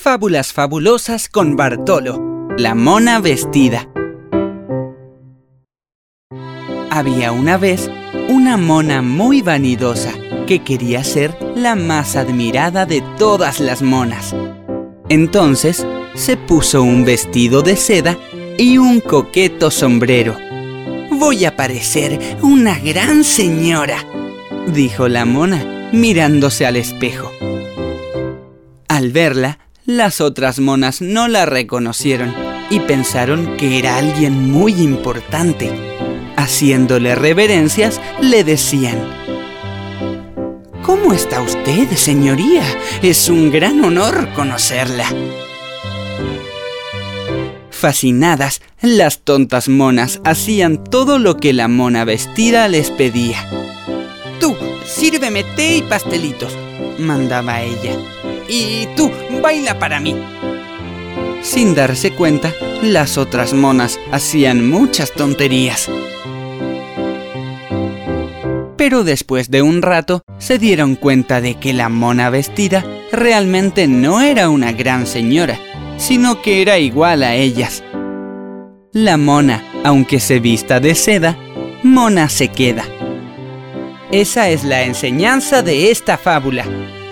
Fábulas fabulosas con Bartolo, la mona vestida. Había una vez una mona muy vanidosa que quería ser la más admirada de todas las monas. Entonces se puso un vestido de seda y un coqueto sombrero. «Voy a parecer una gran señora», dijo la mona, mirándose al espejo. Al verla, las otras monas no la reconocieron y pensaron que era alguien muy importante. Haciéndole reverencias, le decían: «¿Cómo está usted, señoría? Es un gran honor conocerla». Fascinadas, las tontas monas hacían todo lo que la mona vestida les pedía. «Tú, sírveme té y pastelitos», mandaba ella. «Y tú, baila para mí». Sin darse cuenta, las otras monas hacían muchas tonterías. Pero después de un rato, se dieron cuenta de que la mona vestida realmente no era una gran señora, sino que era igual a ellas. La mona, aunque se vista de seda, mona se queda. Esa es la enseñanza de esta fábula.